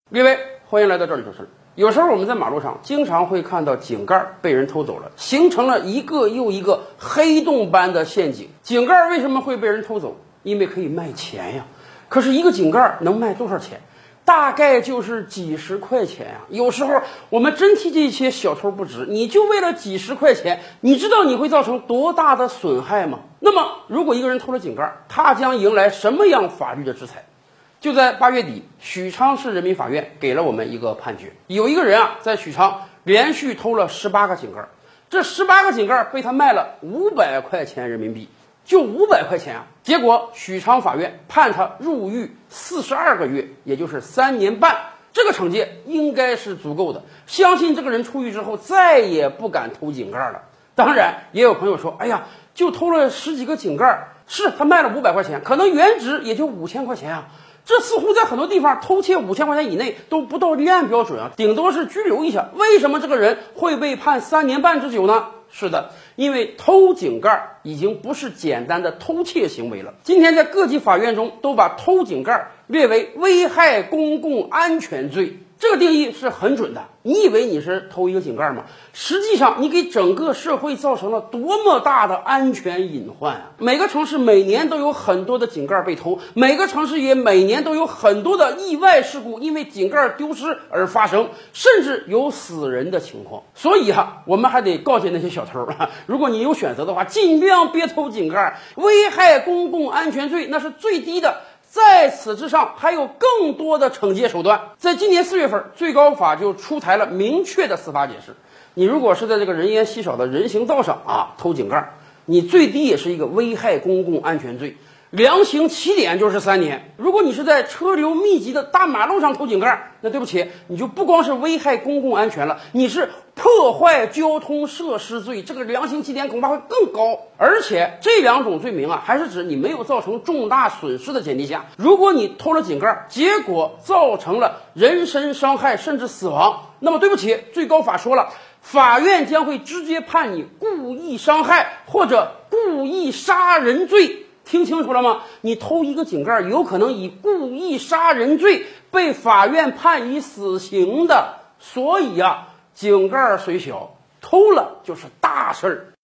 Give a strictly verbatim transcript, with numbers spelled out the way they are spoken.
各位，欢迎来到这里说事儿。有时候我们在马路上经常会看到井盖被人偷走了，形成了一个又一个黑洞般的陷阱。井盖为什么会被人偷走？因为可以卖钱呀。可是一个井盖能卖多少钱？大概就是几十块钱呀。有时候我们真替这些小偷不值，你就为了几十块钱，你知道你会造成多大的损害吗？那么，如果一个人偷了井盖，他将迎来什么样法律的制裁？就在八月底，许昌市人民法院给了我们一个判决，有一个人啊，在许昌连续偷了十八个井盖，这十八个井盖被他卖了五百块钱人民币，就五百块钱啊！结果许昌法院判他入狱四十二个月，也就是三年半。这个惩戒应该是足够的，相信这个人出狱之后再也不敢偷井盖了。当然，也有朋友说，哎呀，就偷了十几个井盖，是他卖了五百块钱，可能原值也就五千块钱啊。这似乎在很多地方偷窃五千块钱以内都不到立案标准啊，顶多是拘留一下。为什么这个人会被判三年半之久呢？是的，因为偷井盖已经不是简单的偷窃行为了。今天在各级法院中都把偷井盖列为危害公共安全罪。这个定义是很准的。你以为你是偷一个井盖吗？实际上，你给整个社会造成了多么大的安全隐患啊！每个城市每年都有很多的井盖被偷，每个城市也每年都有很多的意外事故因为井盖丢失而发生，甚至有死人的情况。所以哈、啊，我们还得告诫那些小偷啊，如果你有选择的话，尽量别偷井盖，危害公共安全罪那是最低的。在此之上，还有更多的惩戒手段。在今年四月份，最高法就出台了明确的司法解释：你如果是在这个人烟稀少的人行道上啊偷井盖，你最低也是一个危害公共安全罪，量刑起点就是三年。如果你是在车流密集的大马路上偷井盖，那对不起，你就不光是危害公共安全了，你是破坏交通设施罪，这个量刑起点恐怕会更高。而且这两种罪名啊，还是指你没有造成重大损失的前提下，如果你偷了井盖，结果造成了人身伤害甚至死亡，那么对不起，最高法说了，法院将会直接判你故意伤害或者故意杀人罪。听清楚了吗？你偷一个井盖，有可能以故意杀人罪被法院判以死刑的。所以啊，井盖虽小，偷了就是大事儿。